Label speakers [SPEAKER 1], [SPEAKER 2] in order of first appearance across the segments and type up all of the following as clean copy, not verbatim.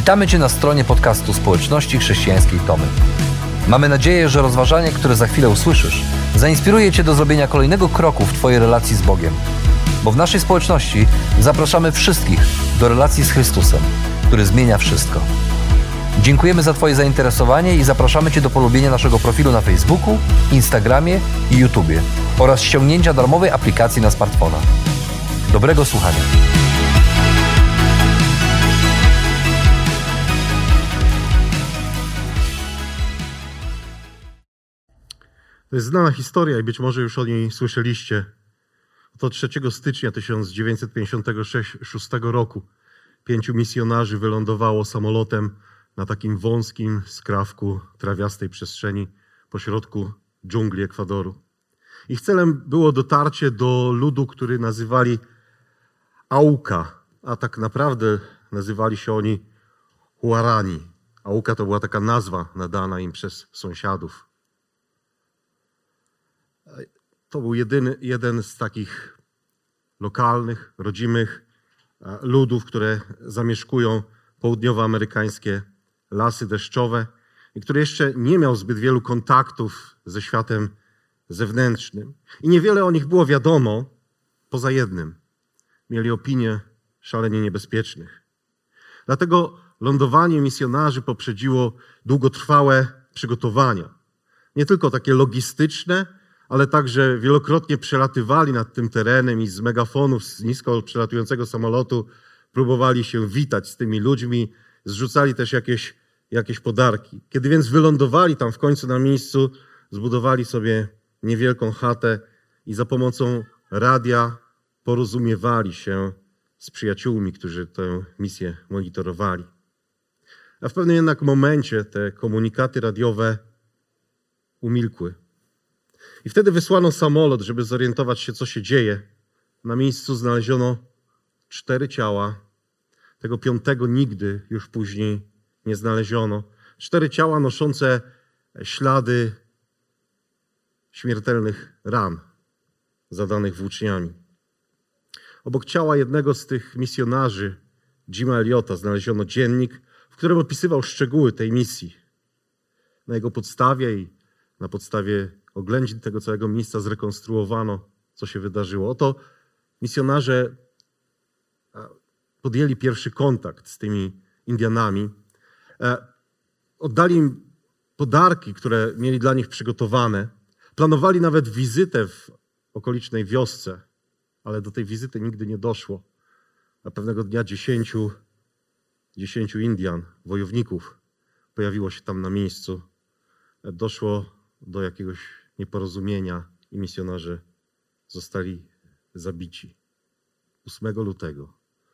[SPEAKER 1] Witamy Cię na stronie podcastu Społeczności Chrześcijańskiej Tomy. Mamy nadzieję, że rozważanie, które za chwilę usłyszysz, zainspiruje Cię do zrobienia kolejnego kroku w Twojej relacji z Bogiem. Bo w naszej społeczności zapraszamy wszystkich do relacji z Chrystusem, który zmienia wszystko. Dziękujemy za Twoje zainteresowanie i zapraszamy Cię do polubienia naszego profilu na Facebooku, Instagramie i YouTubie oraz ściągnięcia darmowej aplikacji na smartfona. Dobrego słuchania.
[SPEAKER 2] To jest znana historia i być może już o niej słyszeliście. To 3 stycznia 1956 roku 5 misjonarzy wylądowało samolotem na takim wąskim skrawku trawiastej przestrzeni pośrodku dżungli Ekwadoru. Ich celem było dotarcie do ludu, który nazywali Auca, a tak naprawdę nazywali się oni Huarani. Auca to była taka nazwa nadana im przez sąsiadów. To był jeden z takich lokalnych, rodzimych ludów, które zamieszkują południowoamerykańskie lasy deszczowe i który jeszcze nie miał zbyt wielu kontaktów ze światem zewnętrznym. I niewiele o nich było wiadomo, poza jednym. Mieli opinie szalenie niebezpiecznych. Dlatego lądowanie misjonarzy poprzedziło długotrwałe przygotowania. Nie tylko takie logistyczne, ale także wielokrotnie przelatywali nad tym terenem i z megafonów, z nisko przelatującego samolotu próbowali się witać z tymi ludźmi, zrzucali też jakieś podarki. Kiedy więc wylądowali tam w końcu na miejscu, zbudowali sobie niewielką chatę i za pomocą radia porozumiewali się z przyjaciółmi, którzy tę misję monitorowali. A w pewnym jednak momencie te komunikaty radiowe umilkły. I wtedy wysłano samolot, żeby zorientować się, co się dzieje. Na miejscu znaleziono 4 ciała. Tego 5 nigdy już później nie znaleziono. 4 ciała noszące ślady śmiertelnych ran zadanych włóczniami. Obok ciała jednego z tych misjonarzy, Jima Elliota, znaleziono dziennik, w którym opisywał szczegóły tej misji. Na jego podstawie i na podstawie oględzin tego całego miejsca zrekonstruowano, co się wydarzyło. Oto misjonarze podjęli pierwszy kontakt z tymi Indianami. Oddali im podarki, które mieli dla nich przygotowane. Planowali nawet wizytę w okolicznej wiosce, ale do tej wizyty nigdy nie doszło. A pewnego dnia 10 Indian, wojowników, pojawiło się tam na miejscu. Doszło do jakiegoś nieporozumienia i misjonarze zostali zabici 8 lutego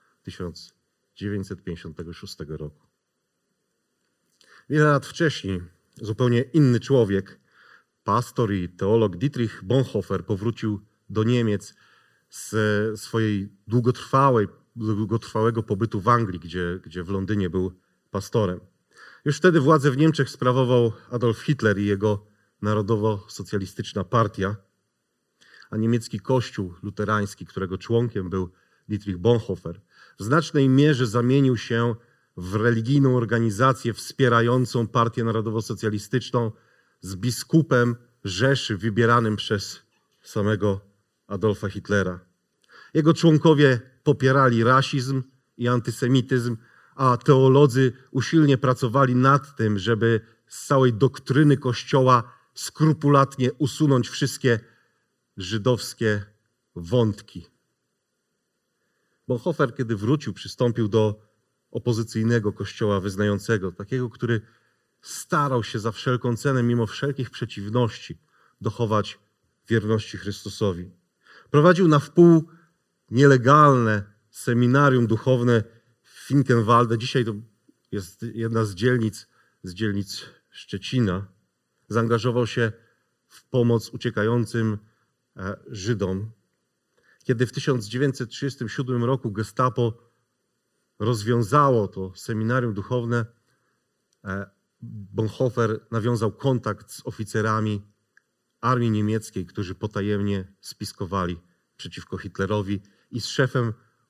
[SPEAKER 2] 1956 roku. Wiele lat wcześniej zupełnie inny człowiek, pastor i teolog Dietrich Bonhoeffer, powrócił do Niemiec z swojej długotrwałego pobytu w Anglii, gdzie w Londynie był pastorem. Już wtedy władzę w Niemczech sprawował Adolf Hitler i jego Narodowo-Socjalistyczna Partia, a niemiecki kościół luterański, którego członkiem był Dietrich Bonhoeffer, w znacznej mierze zamienił się w religijną organizację wspierającą Partię Narodowo-Socjalistyczną z biskupem Rzeszy wybieranym przez samego Adolfa Hitlera. Jego członkowie popierali rasizm i antysemityzm, a teolodzy usilnie pracowali nad tym, żeby z całej doktryny Kościoła skrupulatnie usunąć wszystkie żydowskie wątki. Bonhoeffer, kiedy wrócił, przystąpił do opozycyjnego kościoła wyznającego, takiego, który starał się za wszelką cenę, mimo wszelkich przeciwności, dochować wierności Chrystusowi. Prowadził na wpół nielegalne seminarium duchowne w Finkenwalde. Dzisiaj to jest jedna z dzielnic Szczecina. Zaangażował się w pomoc uciekającym Żydom. Kiedy w 1937 roku Gestapo rozwiązało to seminarium duchowne, Bonhoeffer nawiązał kontakt z oficerami armii niemieckiej, którzy potajemnie spiskowali przeciwko Hitlerowi i z szefem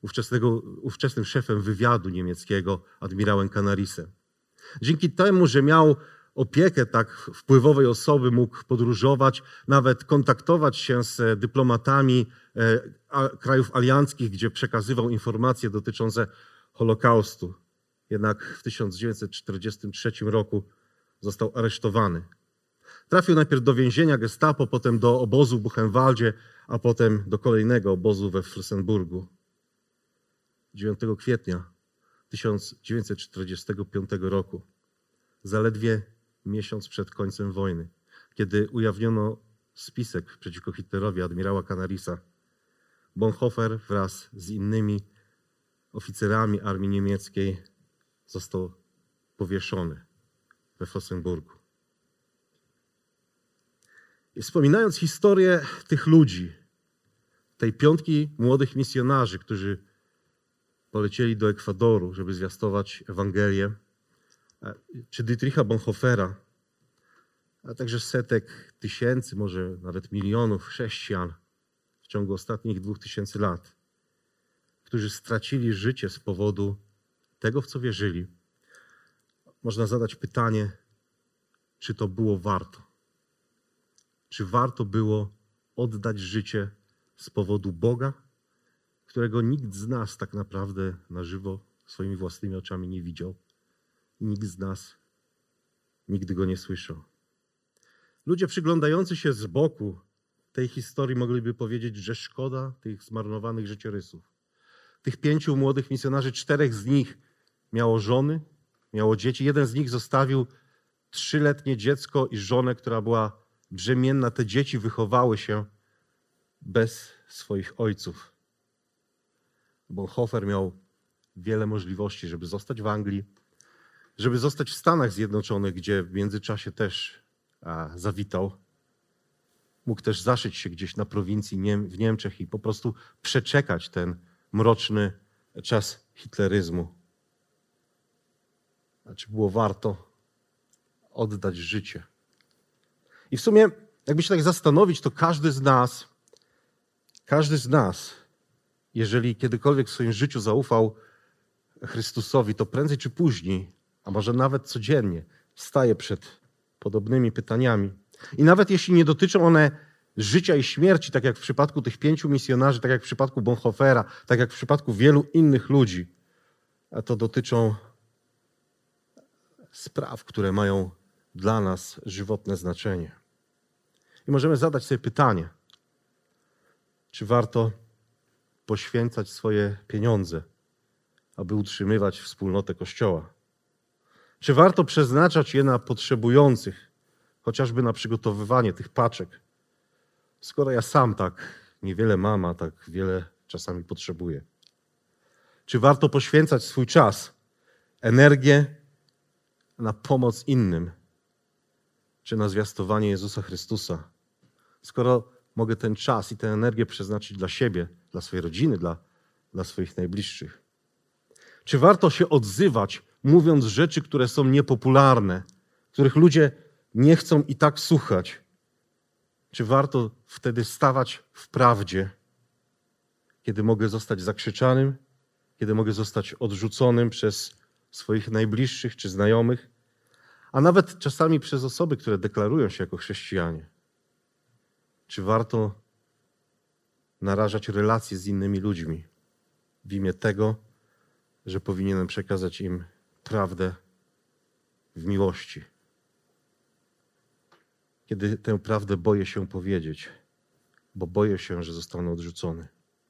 [SPEAKER 2] ówczesnym szefem wywiadu niemieckiego, admirałem Canarisem. Dzięki temu, że miał opiekę tak wpływowej osoby, mógł podróżować, nawet kontaktować się z dyplomatami krajów alianckich, gdzie przekazywał informacje dotyczące Holokaustu. Jednak w 1943 roku został aresztowany. Trafił najpierw do więzienia Gestapo, potem do obozu w Buchenwaldzie, a potem do kolejnego obozu we Flossenburgu. 9 kwietnia 1945 roku, zaledwie miesiąc przed końcem wojny, kiedy ujawniono spisek przeciwko Hitlerowi admirała Canarisa, Bonhoeffer wraz z innymi oficerami armii niemieckiej został powieszony we Flossenburgu. I wspominając historię tych ludzi, tej piątki młodych misjonarzy, którzy polecieli do Ekwadoru, żeby zwiastować Ewangelię, czy Dietricha Bonhoeffera, a także setek tysięcy, może nawet milionów chrześcijan w ciągu ostatnich 2000 lat, którzy stracili życie z powodu tego, w co wierzyli, można zadać pytanie, czy to było warto? Czy warto było oddać życie z powodu Boga, którego nikt z nas tak naprawdę na żywo swoimi własnymi oczami nie widział? Nikt z nas nigdy go nie słyszał. Ludzie przyglądający się z boku tej historii mogliby powiedzieć, że szkoda tych zmarnowanych życiorysów. Tych 5 młodych misjonarzy, 4 z nich miało żony, miało dzieci. Jeden z nich zostawił 3-letnie dziecko i żonę, która była brzemienna. Te dzieci wychowały się bez swoich ojców. Bonhoeffer miał wiele możliwości, żeby zostać w Anglii, żeby zostać w Stanach Zjednoczonych, gdzie w międzyczasie też zawitał. Mógł też zaszyć się gdzieś na prowincji w Niemczech i po prostu przeczekać ten mroczny czas hitleryzmu. A czy było warto oddać życie? I w sumie, jakby się tak zastanowić, to każdy z nas, jeżeli kiedykolwiek w swoim życiu zaufał Chrystusowi, to prędzej czy później, a może nawet codziennie, staje przed podobnymi pytaniami. I nawet jeśli nie dotyczą one życia i śmierci, tak jak w przypadku tych 5 misjonarzy, tak jak w przypadku Bonhoeffera, tak jak w przypadku wielu innych ludzi, a to dotyczą spraw, które mają dla nas żywotne znaczenie. I możemy zadać sobie pytanie, czy warto poświęcać swoje pieniądze, aby utrzymywać wspólnotę Kościoła? Czy warto przeznaczać je na potrzebujących, chociażby na przygotowywanie tych paczek, skoro ja sam tak niewiele mam, a tak wiele czasami potrzebuję? Czy warto poświęcać swój czas, energię na pomoc innym, czy na zwiastowanie Jezusa Chrystusa, skoro mogę ten czas i tę energię przeznaczyć dla siebie, dla swojej rodziny, dla swoich najbliższych? Czy warto się odzywać, mówiąc rzeczy, które są niepopularne, których ludzie nie chcą i tak słuchać? Czy warto wtedy stawać w prawdzie, kiedy mogę zostać zakrzyczanym, kiedy mogę zostać odrzuconym przez swoich najbliższych czy znajomych, a nawet czasami przez osoby, które deklarują się jako chrześcijanie? Czy warto narażać relacje z innymi ludźmi w imię tego, że powinienem przekazać im prawdę w miłości? Kiedy tę prawdę boję się powiedzieć, bo boję się, że zostanę odrzucony.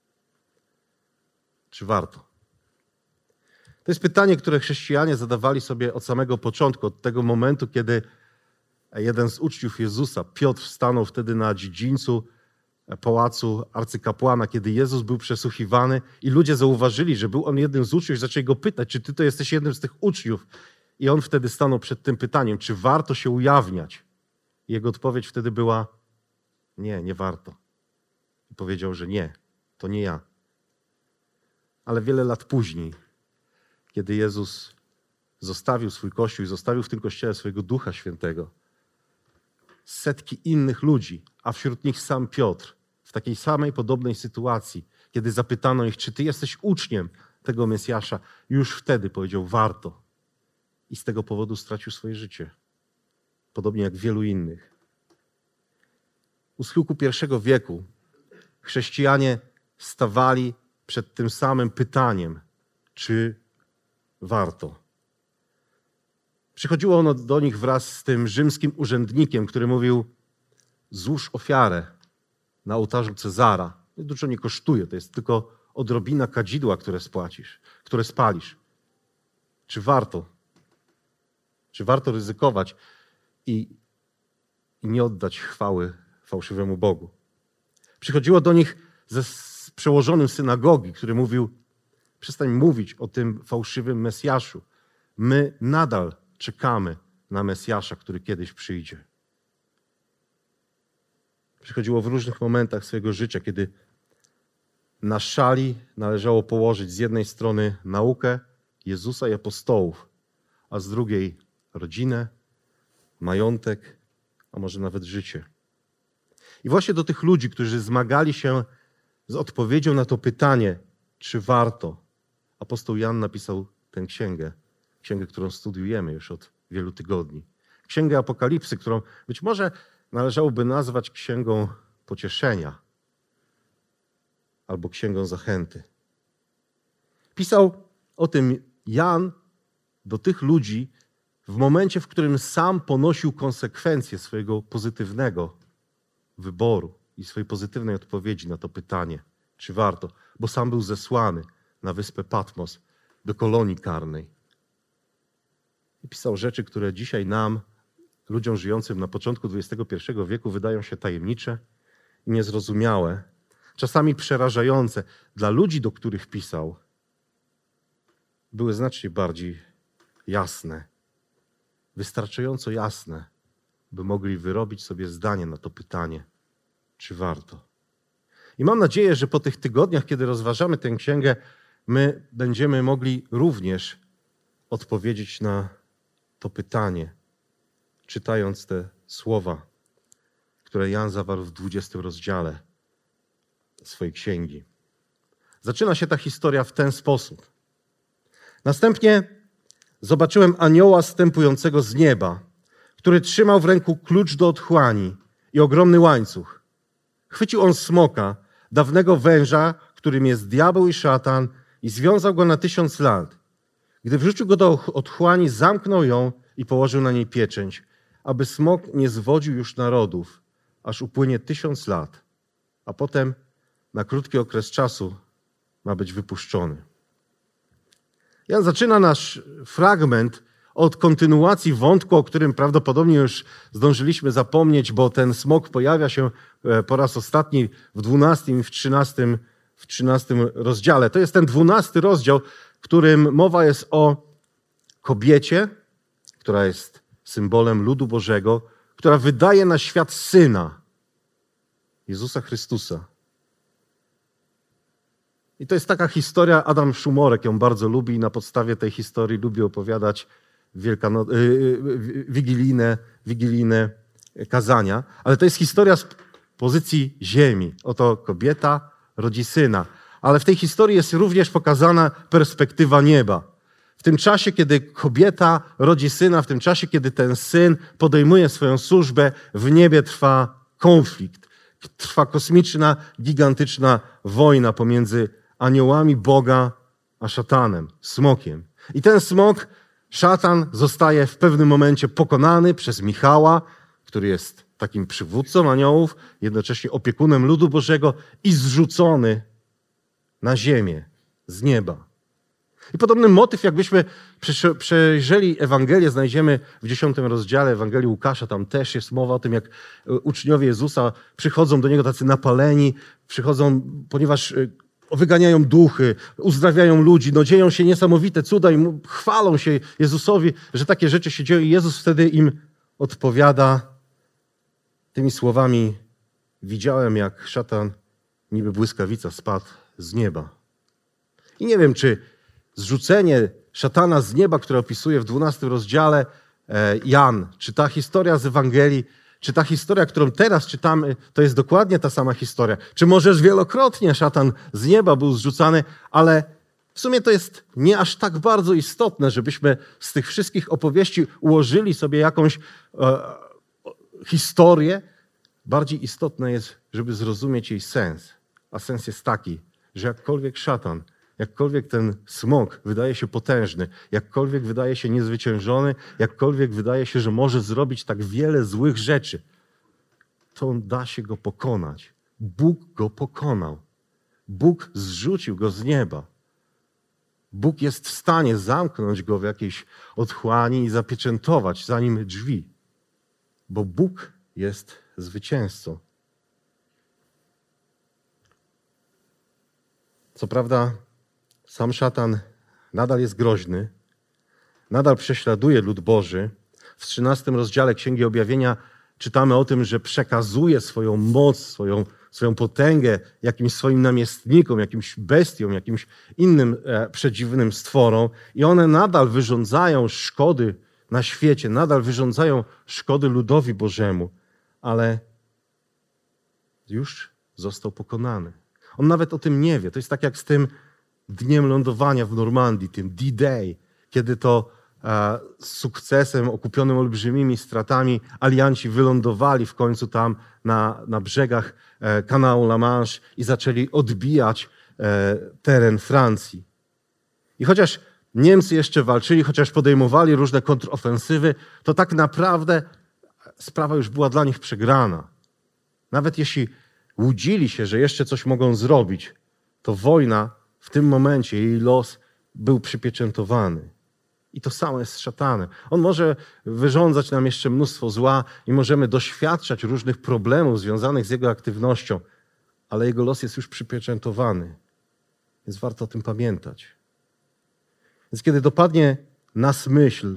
[SPEAKER 2] Czy warto? To jest pytanie, które chrześcijanie zadawali sobie od samego początku, od tego momentu, kiedy jeden z uczniów Jezusa, Piotr, stanął wtedy na dziedzińcu pałacu arcykapłana, kiedy Jezus był przesłuchiwany i ludzie zauważyli, że był on jednym z uczniów i zaczęli go pytać, czy ty to jesteś jednym z tych uczniów? I on wtedy stanął przed tym pytaniem, czy warto się ujawniać? I jego odpowiedź wtedy była, nie warto. I powiedział, że nie, to nie ja. Ale wiele lat później, kiedy Jezus zostawił swój Kościół i zostawił w tym Kościele swojego Ducha Świętego, setki innych ludzi, a wśród nich sam Piotr, w takiej samej podobnej sytuacji, Kiedy zapytano ich, czy ty jesteś uczniem tego Mesjasza, już wtedy powiedział, warto. I z tego powodu stracił swoje życie. Podobnie jak wielu innych. U schyłku I wieku chrześcijanie stawali przed tym samym pytaniem, czy warto. Przychodziło ono do nich wraz z tym rzymskim urzędnikiem, który mówił, złóż ofiarę na ołtarzu Cezara. Dużo nie kosztuje, to jest tylko odrobina kadzidła, które spalisz. Czy warto? Czy warto ryzykować i nie oddać chwały fałszywemu Bogu? Przychodziło do nich ze przełożonym synagogi, który mówił, przestań mówić o tym fałszywym Mesjaszu. My nadal czekamy na Mesjasza, który kiedyś przyjdzie. Przychodziło w różnych momentach swojego życia, kiedy na szali należało położyć z jednej strony naukę Jezusa i apostołów, a z drugiej rodzinę, majątek, a może nawet życie. I właśnie do tych ludzi, którzy zmagali się z odpowiedzią na to pytanie, czy warto, apostoł Jan napisał tę księgę, którą studiujemy już od wielu tygodni. Księgę Apokalipsy, którą być może należałoby nazwać księgą pocieszenia albo księgą zachęty. Pisał o tym Jan do tych ludzi w momencie, w którym sam ponosił konsekwencje swojego pozytywnego wyboru i swojej pozytywnej odpowiedzi na to pytanie, czy warto, bo sam był zesłany na wyspę Patmos do kolonii karnej. I pisał rzeczy, które dzisiaj nam, ludziom żyjącym na początku XXI wieku, wydają się tajemnicze i niezrozumiałe, czasami przerażające. Dla ludzi, do których pisał, były znacznie bardziej jasne, wystarczająco jasne, by mogli wyrobić sobie zdanie na to pytanie, czy warto. I mam nadzieję, że po tych tygodniach, kiedy rozważamy tę księgę, my będziemy mogli również odpowiedzieć na to pytanie, czytając te słowa, które Jan zawarł w 20 rozdziale swojej księgi. Zaczyna się ta historia w ten sposób. Następnie zobaczyłem anioła zstępującego z nieba, który trzymał w ręku klucz do otchłani i ogromny łańcuch. Chwycił on smoka, dawnego węża, którym jest diabeł i szatan, i związał go na 1000 lat. Gdy wrzucił go do otchłani, zamknął ją i położył na niej pieczęć, aby smok nie zwodził już narodów, aż upłynie 1000 lat, a potem na krótki okres czasu ma być wypuszczony. Jan zaczyna nasz fragment od kontynuacji wątku, o którym prawdopodobnie już zdążyliśmy zapomnieć, bo ten smok pojawia się po raz ostatni w 12 i w 13 rozdziale. To jest ten 12 rozdział, w którym mowa jest o kobiecie, która jest symbolem ludu Bożego, która wydaje na świat Syna, Jezusa Chrystusa. I to jest taka historia, Adam Szumorek ją bardzo lubi i na podstawie tej historii lubi opowiadać wigilijne kazania. Ale to jest historia z pozycji ziemi. Oto kobieta rodzi syna. Ale w tej historii jest również pokazana perspektywa nieba. W tym czasie, kiedy kobieta rodzi syna, w tym czasie, kiedy ten syn podejmuje swoją służbę, w niebie trwa konflikt. Trwa kosmiczna, gigantyczna wojna pomiędzy aniołami Boga a szatanem, smokiem. I ten smok, szatan, zostaje w pewnym momencie pokonany przez Michała, który jest takim przywódcą aniołów, jednocześnie opiekunem ludu Bożego i zrzucony na ziemię z nieba. I podobny motyw, jakbyśmy przejrzeli Ewangelię, znajdziemy w 10 rozdziale Ewangelii Łukasza. Tam też jest mowa o tym, jak uczniowie Jezusa przychodzą do Niego tacy napaleni, przychodzą, ponieważ wyganiają duchy, uzdrawiają ludzi, dzieją się niesamowite cuda i chwalą się Jezusowi, że takie rzeczy się dzieją. I Jezus wtedy im odpowiada tymi słowami: widziałem, jak szatan niby błyskawica spadł z nieba. I nie wiem, czy zrzucenie szatana z nieba, które opisuje w 12 rozdziale Jan, czy ta historia z Ewangelii Czy ta historia, którą teraz czytamy, to jest dokładnie ta sama historia? Czy możesz wielokrotnie szatan z nieba był zrzucany, ale w sumie to jest nie aż tak bardzo istotne, żebyśmy z tych wszystkich opowieści ułożyli sobie jakąś historię. Bardziej istotne jest, żeby zrozumieć jej sens. A sens jest taki, że jakkolwiek szatan, jakkolwiek ten smok wydaje się potężny, jakkolwiek wydaje się niezwyciężony, jakkolwiek wydaje się, że może zrobić tak wiele złych rzeczy, to da się go pokonać. Bóg go pokonał. Bóg zrzucił go z nieba. Bóg jest w stanie zamknąć go w jakiejś otchłani i zapieczętować za nim drzwi, bo Bóg jest zwycięzcą. Co prawda, sam szatan nadal jest groźny, nadal prześladuje lud Boży. W 13 rozdziale Księgi Objawienia czytamy o tym, że przekazuje swoją moc, swoją potęgę jakimś swoim namiestnikom, jakimś bestiom, jakimś innym przedziwnym stworom i one nadal wyrządzają szkody na świecie, nadal wyrządzają szkody ludowi Bożemu, ale już został pokonany. On nawet o tym nie wie. To jest tak jak z tym dniem lądowania w Normandii, tym D-Day, kiedy to z sukcesem okupionym olbrzymimi stratami alianci wylądowali w końcu tam na brzegach kanału La Manche i zaczęli odbijać teren Francji. I chociaż Niemcy jeszcze walczyli, chociaż podejmowali różne kontrofensywy, to tak naprawdę sprawa już była dla nich przegrana. Nawet jeśli łudzili się, że jeszcze coś mogą zrobić, to wojna w tym momencie, jej los był przypieczętowany. I to samo jest z szatanem. On może wyrządzać nam jeszcze mnóstwo zła i możemy doświadczać różnych problemów związanych z jego aktywnością, ale jego los jest już przypieczętowany. Więc warto o tym pamiętać. Więc kiedy dopadnie nas myśl,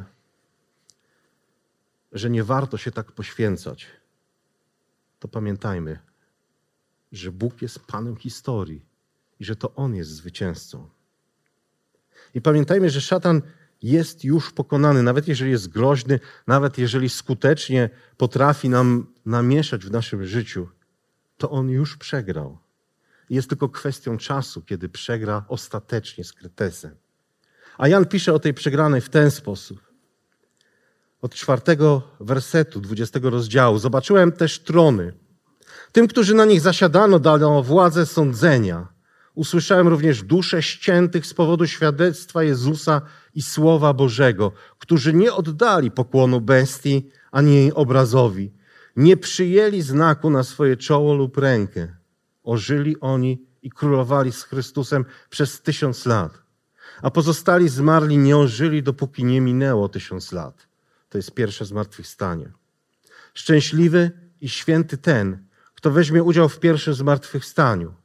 [SPEAKER 2] że nie warto się tak poświęcać, to pamiętajmy, że Bóg jest Panem historii i że to On jest zwycięzcą. I pamiętajmy, że szatan jest już pokonany, nawet jeżeli jest groźny, nawet jeżeli skutecznie potrafi nam namieszać w naszym życiu, to on już przegrał. Jest tylko kwestią czasu, kiedy przegra ostatecznie z Kretesem. A Jan pisze o tej przegranej w ten sposób. Od 4 wersetu 20 rozdziału. Zobaczyłem też trony. Tym, którzy na nich zasiadano, dano władzę sądzenia. Usłyszałem również dusze ściętych z powodu świadectwa Jezusa i Słowa Bożego, którzy nie oddali pokłonu bestii ani jej obrazowi. Nie przyjęli znaku na swoje czoło lub rękę. Ożyli oni i królowali z Chrystusem przez 1000 lat. A pozostali zmarli nie ożyli, dopóki nie minęło 1000 lat. To jest pierwsze zmartwychwstanie. Szczęśliwy i święty ten, kto weźmie udział w pierwszym zmartwychwstaniu.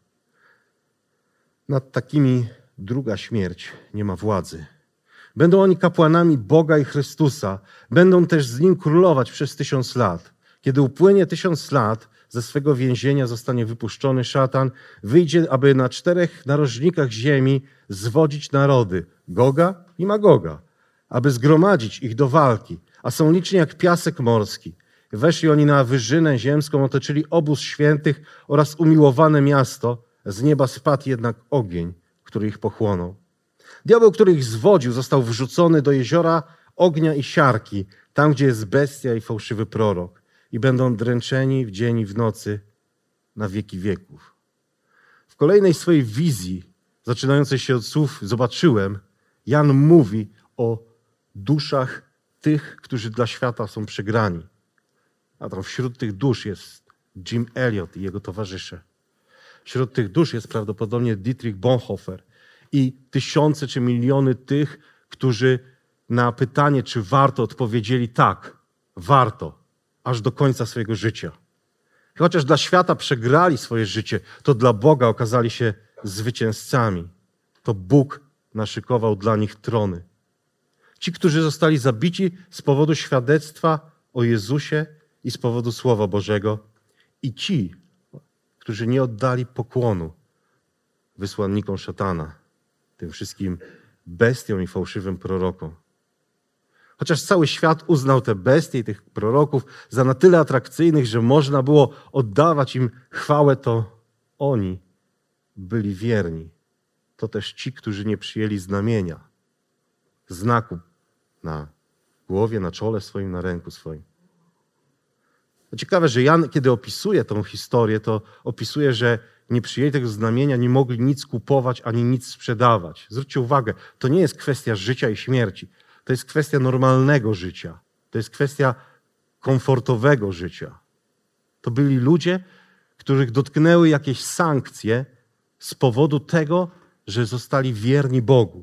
[SPEAKER 2] Nad takimi druga śmierć nie ma władzy. Będą oni kapłanami Boga i Chrystusa. Będą też z Nim królować przez 1000 lat. Kiedy upłynie 1000 lat, ze swego więzienia zostanie wypuszczony szatan, wyjdzie, aby na 4 narożnikach ziemi zwodzić narody, Goga i Magoga, aby zgromadzić ich do walki, a są liczni jak piasek morski. Weszli oni na wyżynę ziemską, otoczyli obóz świętych oraz umiłowane miasto. Z nieba spadł jednak ogień, który ich pochłonął. Diabeł, który ich zwodził, został wrzucony do jeziora ognia i siarki, tam, gdzie jest bestia i fałszywy prorok. I będą dręczeni w dzień i w nocy na wieki wieków. W kolejnej swojej wizji, zaczynającej się od słów zobaczyłem, Jan mówi o duszach tych, którzy dla świata są przegrani. A tam wśród tych dusz jest Jim Elliot i jego towarzysze. Wśród tych dusz jest prawdopodobnie Dietrich Bonhoeffer i tysiące czy miliony tych, którzy na pytanie, czy warto, odpowiedzieli tak, warto, aż do końca swojego życia. Chociaż dla świata przegrali swoje życie, to dla Boga okazali się zwycięzcami. To Bóg naszykował dla nich trony. Ci, którzy zostali zabici z powodu świadectwa o Jezusie i z powodu Słowa Bożego i ci, którzy nie oddali pokłonu wysłannikom szatana, tym wszystkim bestiom i fałszywym prorokom. Chociaż cały świat uznał te bestie i tych proroków za na tyle atrakcyjnych, że można było oddawać im chwałę, to oni byli wierni. To też ci, którzy nie przyjęli znamienia, znaku na głowie, na czole swoim, na ręku swoim. To ciekawe, że Jan, kiedy opisuje tą historię, to opisuje, że nie przyjęli tego znamienia, nie mogli nic kupować ani nic sprzedawać. Zwróćcie uwagę, to nie jest kwestia życia i śmierci. To jest kwestia normalnego życia. To jest kwestia komfortowego życia. To byli ludzie, których dotknęły jakieś sankcje z powodu tego, że zostali wierni Bogu.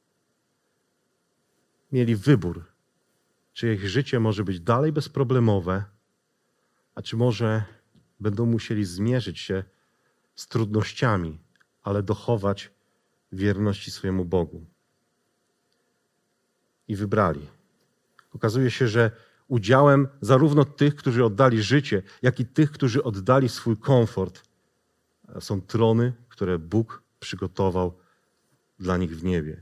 [SPEAKER 2] Mieli wybór, czy ich życie może być dalej bezproblemowe, a czy może będą musieli zmierzyć się z trudnościami, ale dochować wierności swojemu Bogu. I wybrali. Okazuje się, że udziałem zarówno tych, którzy oddali życie, jak i tych, którzy oddali swój komfort, są trony, które Bóg przygotował dla nich w niebie.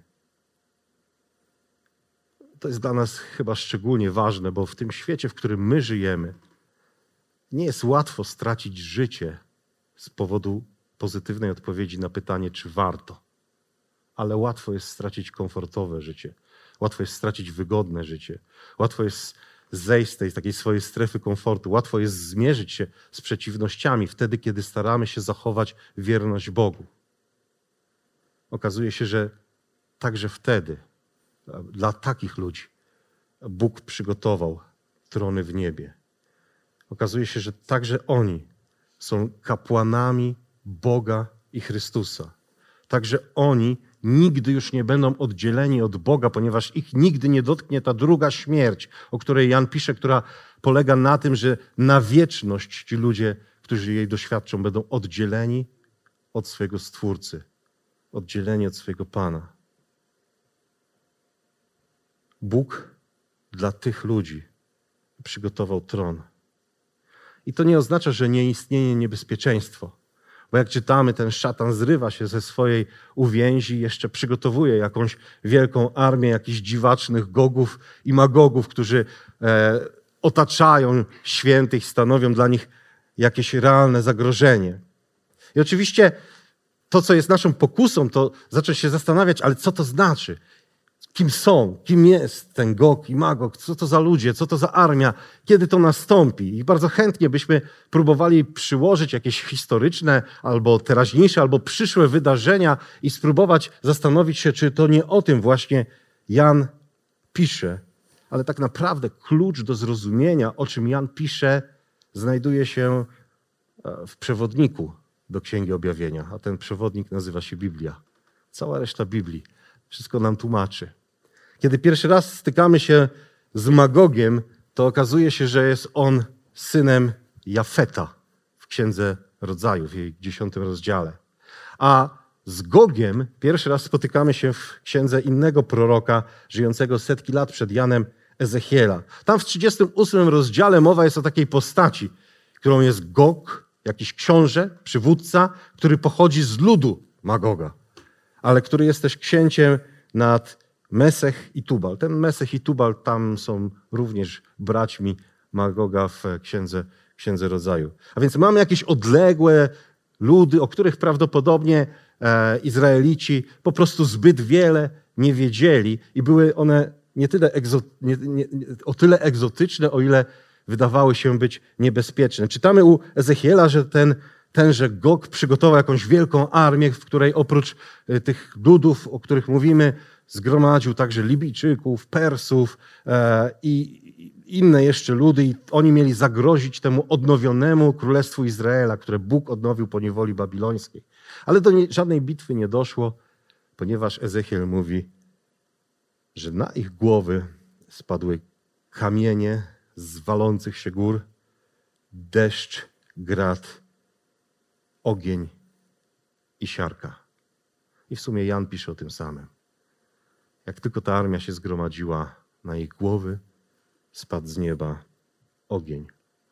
[SPEAKER 2] To jest dla nas chyba szczególnie ważne, bo w tym świecie, w którym my żyjemy, nie jest łatwo stracić życie z powodu pozytywnej odpowiedzi na pytanie, czy warto. Ale łatwo jest stracić komfortowe życie. Łatwo jest stracić wygodne życie. Łatwo jest zejść z tej takiej swojej strefy komfortu. Łatwo jest zmierzyć się z przeciwnościami wtedy, kiedy staramy się zachować wierność Bogu. Okazuje się, że także wtedy dla takich ludzi Bóg przygotował trony w niebie. Okazuje się, że także oni są kapłanami Boga i Chrystusa. Także oni nigdy już nie będą oddzieleni od Boga, ponieważ ich nigdy nie dotknie ta druga śmierć, o której Jan pisze, która polega na tym, że na wieczność ci ludzie, którzy jej doświadczą, będą oddzieleni od swojego Stwórcy, oddzieleni od swojego Pana. Bóg dla tych ludzi przygotował tron. I to nie oznacza, że nie istnieje niebezpieczeństwo. Bo jak czytamy, ten szatan zrywa się ze swojej uwięzi, jeszcze przygotowuje jakąś wielką armię jakichś dziwacznych Gogów i Magogów, którzy otaczają świętych, stanowią dla nich jakieś realne zagrożenie. I oczywiście to, co jest naszą pokusą, to zacząć się zastanawiać, ale co to znaczy? Kim są? Kim jest ten Gog i Magog? Co to za ludzie? Co to za armia? Kiedy to nastąpi? I bardzo chętnie byśmy próbowali przyłożyć jakieś historyczne, albo teraźniejsze, albo przyszłe wydarzenia i spróbować zastanowić się, czy to nie o tym właśnie Jan pisze. Ale tak naprawdę klucz do zrozumienia, o czym Jan pisze, znajduje się w przewodniku do Księgi Objawienia. A ten przewodnik nazywa się Biblia. Cała reszta Biblii wszystko nam tłumaczy. Kiedy pierwszy raz stykamy się z Magogiem, to okazuje się, że jest on synem Jafeta w Księdze Rodzaju, w jej 10 rozdziale. A z Gogiem pierwszy raz spotykamy się w księdze innego proroka, żyjącego setki lat przed Janem, Ezechiela. Tam w 38 rozdziale mowa jest o takiej postaci, którą jest Gog, jakiś książę, przywódca, który pochodzi z ludu Magoga, ale który jest też księciem nad Mesech i Tubal. Ten Mesech i Tubal tam są również braćmi Magoga w Księdze Rodzaju. A więc mamy jakieś odległe ludy, o których prawdopodobnie Izraelici po prostu zbyt wiele nie wiedzieli i były one o tyle egzotyczne, o ile wydawały się być niebezpieczne. Czytamy u Ezechiela, że tenże Gog przygotował jakąś wielką armię, w której oprócz tych ludów, o których mówimy, zgromadził także Libijczyków, Persów i inne jeszcze ludy. I oni mieli zagrozić temu odnowionemu Królestwu Izraela, które Bóg odnowił po niewoli babilońskiej. Ale do żadnej bitwy nie doszło, ponieważ Ezechiel mówi, że na ich głowy spadły kamienie z walących się gór, deszcz, grad, ogień i siarka. I w sumie Jan pisze o tym samym. Jak tylko ta armia się zgromadziła, na ich głowy spadł z nieba ogień.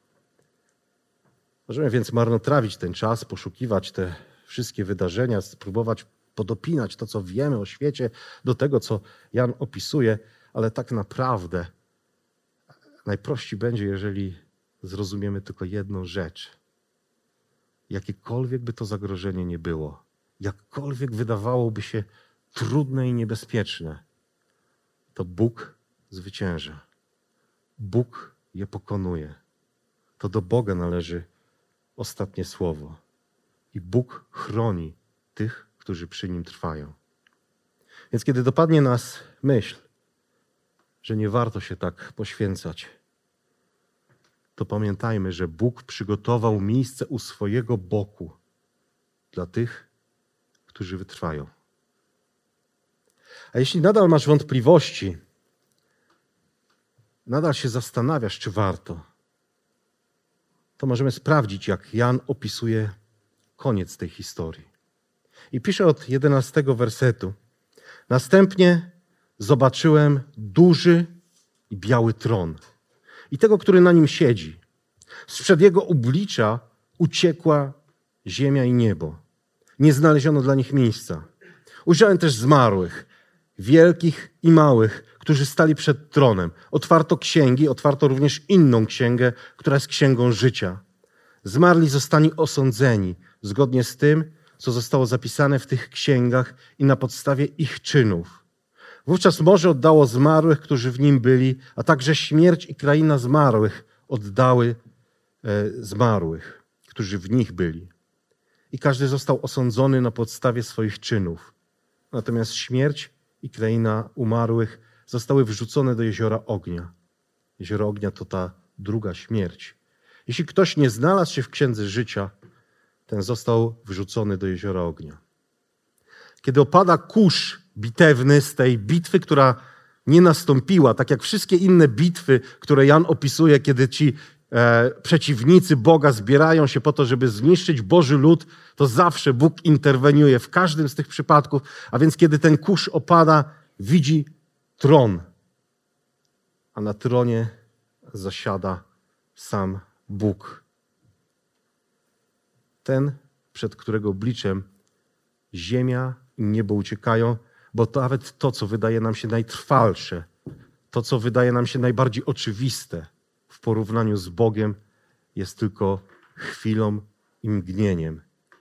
[SPEAKER 2] Możemy więc marnotrawić ten czas, poszukiwać te wszystkie wydarzenia, spróbować podopinać to, co wiemy o świecie, do tego, co Jan opisuje, ale tak naprawdę najprościej będzie, jeżeli zrozumiemy tylko jedną rzecz. Jakiekolwiek by to zagrożenie nie było, jakkolwiek wydawałoby się trudne i niebezpieczne, to Bóg zwycięża. Bóg je pokonuje. To do Boga należy ostatnie słowo. I Bóg chroni tych, którzy przy Nim trwają. Więc kiedy dopadnie nas myśl, że nie warto się tak poświęcać, to pamiętajmy, że Bóg przygotował miejsce u swojego boku dla tych, którzy wytrwają. A jeśli nadal masz wątpliwości, nadal się zastanawiasz, czy warto, to możemy sprawdzić, jak Jan opisuje koniec tej historii. I pisze od 11 wersetu. Następnie zobaczyłem duży i biały tron i tego, który na nim siedzi. Sprzed jego oblicza uciekła ziemia i niebo. Nie znaleziono dla nich miejsca. Ujrzałem też zmarłych, wielkich i małych, którzy stali przed tronem. Otwarto księgi, otwarto również inną księgę, która jest księgą życia. Zmarli zostali osądzeni zgodnie z tym, co zostało zapisane w tych księgach i na podstawie ich czynów. Wówczas morze oddało zmarłych, którzy w nim byli, a także śmierć i kraina zmarłych oddały zmarłych, którzy w nich byli. I każdy został osądzony na podstawie swoich czynów. Natomiast śmierć i kraina umarłych zostały wrzucone do jeziora ognia. Jezioro ognia to ta druga śmierć. Jeśli ktoś nie znalazł się w księdze życia, ten został wrzucony do jeziora ognia. Kiedy opada kurz bitewny z tej bitwy, która nie nastąpiła, tak jak wszystkie inne bitwy, które Jan opisuje, kiedy ci przeciwnicy Boga zbierają się po to, żeby zniszczyć Boży lud, to zawsze Bóg interweniuje w każdym z tych przypadków. A więc kiedy ten kurz opada, widzi tron, a na tronie zasiada sam Bóg. Ten, przed którego obliczem ziemia i niebo uciekają, bo to nawet to, co wydaje nam się najtrwalsze, to, co wydaje nam się najbardziej oczywiste w porównaniu z Bogiem, jest tylko chwilą i mgnieniem.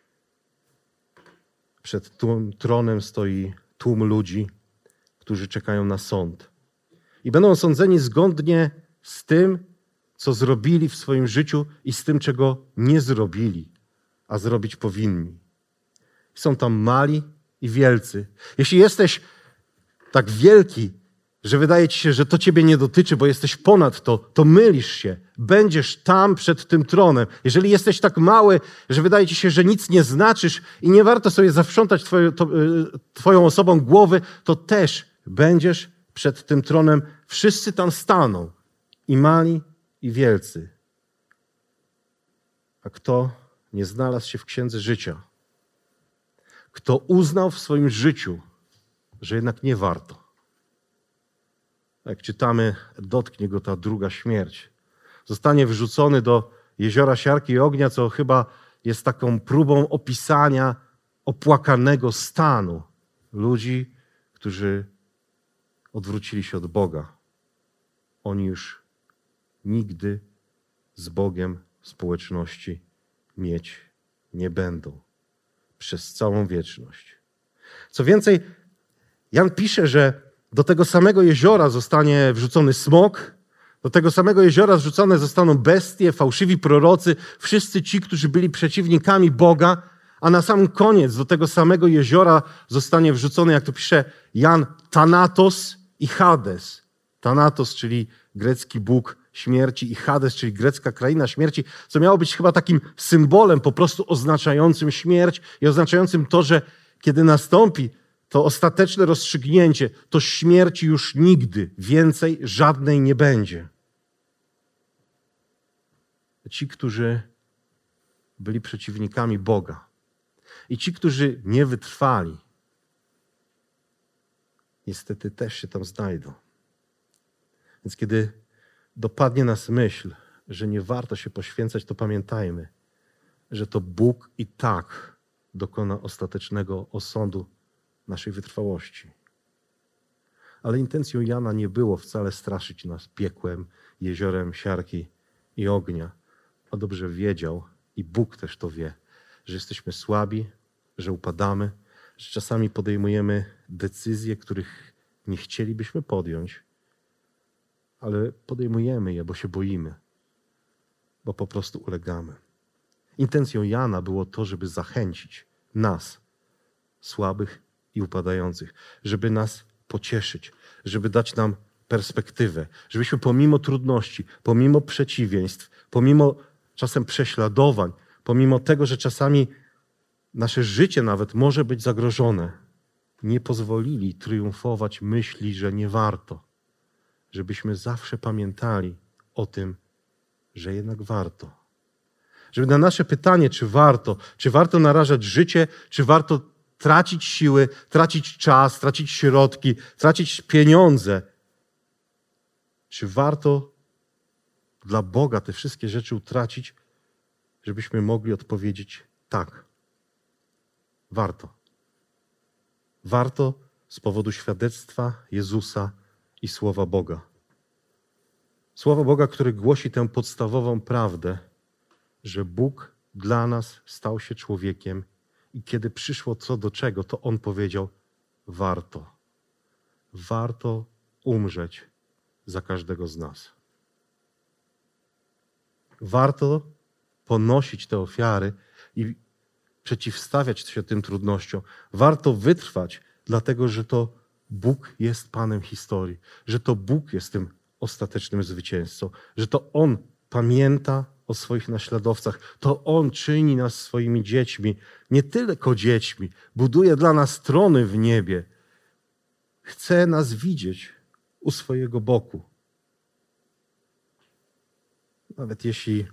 [SPEAKER 2] Przed tym tronem stoi tłum ludzi, którzy czekają na sąd. I będą osądzeni zgodnie z tym, co zrobili w swoim życiu i z tym, czego nie zrobili, a zrobić powinni. Są tam mali i wielcy. Jeśli jesteś tak wielki, że wydaje ci się, że to ciebie nie dotyczy, bo jesteś ponad to, to mylisz się. Będziesz tam przed tym tronem. Jeżeli jesteś tak mały, że wydaje ci się, że nic nie znaczysz i nie warto sobie zawrzątać twoją osobą głowy, to też będziesz przed tym tronem. Wszyscy tam staną. I mali, i wielcy. A kto nie znalazł się w księdze życia, kto uznał w swoim życiu, że jednak nie warto. Jak czytamy, dotknie go ta druga śmierć. Zostanie wrzucony do jeziora siarki i ognia, co chyba jest taką próbą opisania opłakanego stanu ludzi, którzy odwrócili się od Boga. Oni już nigdy z Bogiem społeczności mieć nie będą. Przez całą wieczność. Co więcej, Jan pisze, że do tego samego jeziora zostanie wrzucony smok, do tego samego jeziora wrzucone zostaną bestie, fałszywi prorocy, wszyscy ci, którzy byli przeciwnikami Boga, a na sam koniec do tego samego jeziora zostanie wrzucony, jak to pisze Jan, Thanatos i Hades. Thanatos, czyli grecki bóg śmierci, i Hades, czyli grecka kraina śmierci, co miało być chyba takim symbolem po prostu oznaczającym śmierć i oznaczającym to, że kiedy nastąpi to ostateczne rozstrzygnięcie, to śmierci już nigdy więcej żadnej nie będzie. Ci, którzy byli przeciwnikami Boga i ci, którzy nie wytrwali, niestety też się tam znajdą. Więc kiedy dopadnie nas myśl, że nie warto się poświęcać, to pamiętajmy, że to Bóg i tak dokona ostatecznego osądu naszej wytrwałości. Ale intencją Jana nie było wcale straszyć nas piekłem, jeziorem siarki i ognia. On dobrze wiedział i Bóg też to wie, że jesteśmy słabi, że upadamy, że czasami podejmujemy decyzje, których nie chcielibyśmy podjąć, ale podejmujemy je, bo się boimy, bo po prostu ulegamy. Intencją Jana było to, żeby zachęcić nas, słabych i upadających, żeby nas pocieszyć, żeby dać nam perspektywę, żebyśmy pomimo trudności, pomimo przeciwieństw, pomimo czasem prześladowań, pomimo tego, że czasami nasze życie nawet może być zagrożone, nie pozwolili triumfować myśli, że nie warto. Żebyśmy zawsze pamiętali o tym, że jednak warto. Żeby na nasze pytanie, czy warto narażać życie, czy warto tracić siły, tracić czas, tracić środki, tracić pieniądze, czy warto dla Boga te wszystkie rzeczy utracić, żebyśmy mogli odpowiedzieć tak. Warto. Warto z powodu świadectwa Jezusa i Słowa Boga. Słowa Boga, który głosi tę podstawową prawdę, że Bóg dla nas stał się człowiekiem i kiedy przyszło co do czego, to On powiedział warto. Warto umrzeć za każdego z nas. Warto ponosić te ofiary i przeciwstawiać się tym trudnościom. Warto wytrwać, dlatego że to Bóg jest Panem historii, że to Bóg jest tym ostatecznym zwycięzcą, że to On pamięta o swoich naśladowcach, to On czyni nas swoimi dziećmi, nie tylko dziećmi, buduje dla nas trony w niebie. Chce nas widzieć u swojego boku. Nawet jeśli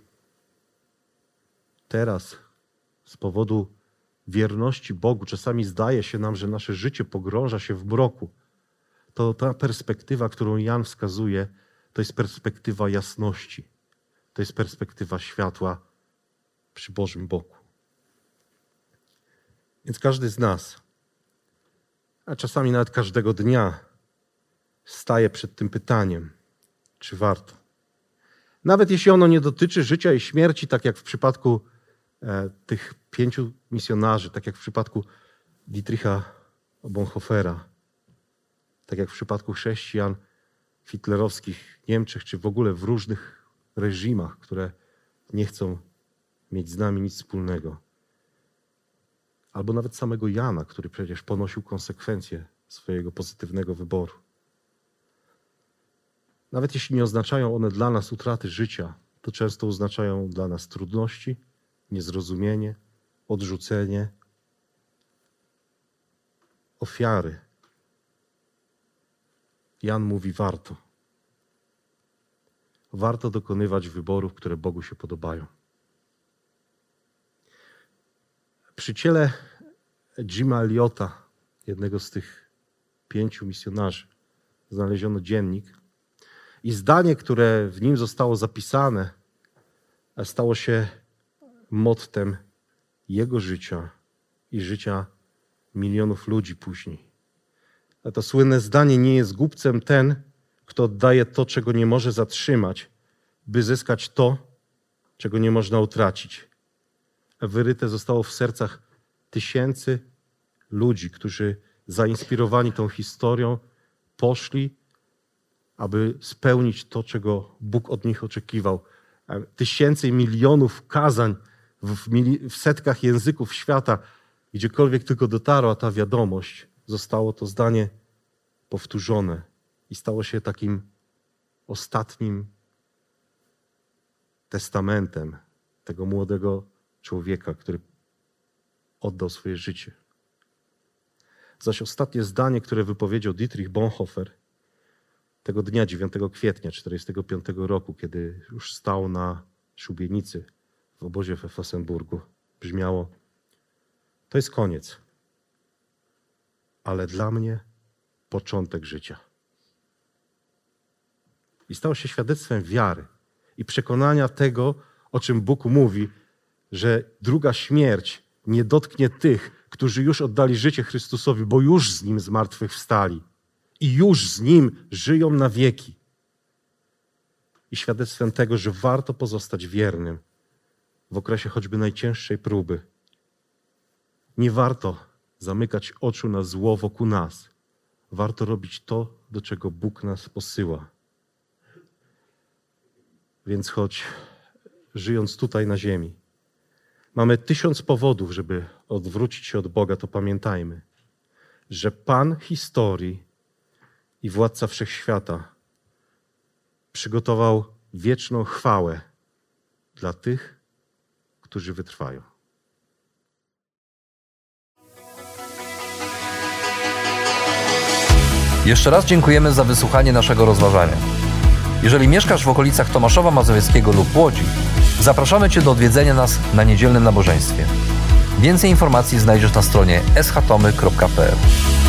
[SPEAKER 2] teraz z powodu wierności Bogu czasami zdaje się nam, że nasze życie pogrąża się w mroku, to ta perspektywa, którą Jan wskazuje, to jest perspektywa jasności. To jest perspektywa światła przy Bożym boku. Więc każdy z nas, a czasami nawet każdego dnia, staje przed tym pytaniem, czy warto. Nawet jeśli ono nie dotyczy życia i śmierci, tak jak w przypadku tych 5 misjonarzy, tak jak w przypadku Dietricha Bonhoeffera, tak jak w przypadku chrześcijan w hitlerowskich Niemczech, czy w ogóle w różnych reżimach, które nie chcą mieć z nami nic wspólnego. Albo nawet samego Jana, który przecież ponosił konsekwencje swojego pozytywnego wyboru. Nawet jeśli nie oznaczają one dla nas utraty życia, to często oznaczają dla nas trudności, niezrozumienie, odrzucenie, ofiary. Jan mówi warto. Warto dokonywać wyborów, które Bogu się podobają. Przy ciele Jima Elliotta, jednego z tych 5 misjonarzy, znaleziono dziennik i zdanie, które w nim zostało zapisane, stało się mottem jego życia i życia milionów ludzi później. A to słynne zdanie: nie jest głupcem ten, kto oddaje to, czego nie może zatrzymać, by zyskać to, czego nie można utracić. A wyryte zostało w sercach tysięcy ludzi, którzy zainspirowani tą historią poszli, aby spełnić to, czego Bóg od nich oczekiwał. Tysięcy i milionów kazań w setkach języków świata, gdziekolwiek tylko dotarła ta wiadomość, zostało to zdanie powtórzone i stało się takim ostatnim testamentem tego młodego człowieka, który oddał swoje życie. Zaś ostatnie zdanie, które wypowiedział Dietrich Bonhoeffer tego dnia, 9 kwietnia 1945 roku, kiedy już stał na szubienicy w obozie we Flossenburgu, brzmiało: to jest koniec, ale dla mnie początek życia. I stało się świadectwem wiary i przekonania tego, o czym Bóg mówi, że druga śmierć nie dotknie tych, którzy już oddali życie Chrystusowi, bo już z Nim zmartwychwstali i już z Nim żyją na wieki. I świadectwem tego, że warto pozostać wiernym w okresie choćby najcięższej próby. Nie warto zamykać oczu na zło wokół nas. Warto robić to, do czego Bóg nas posyła. Więc choć żyjąc tutaj na ziemi, mamy 1000 powodów, żeby odwrócić się od Boga, to pamiętajmy, że Pan historii i Władca Wszechświata przygotował wieczną chwałę dla tych, którzy wytrwają.
[SPEAKER 1] Jeszcze raz dziękujemy za wysłuchanie naszego rozważania. Jeżeli mieszkasz w okolicach Tomaszowa Mazowieckiego lub Łodzi, zapraszamy Cię do odwiedzenia nas na niedzielnym nabożeństwie. Więcej informacji znajdziesz na stronie schtomy.pl.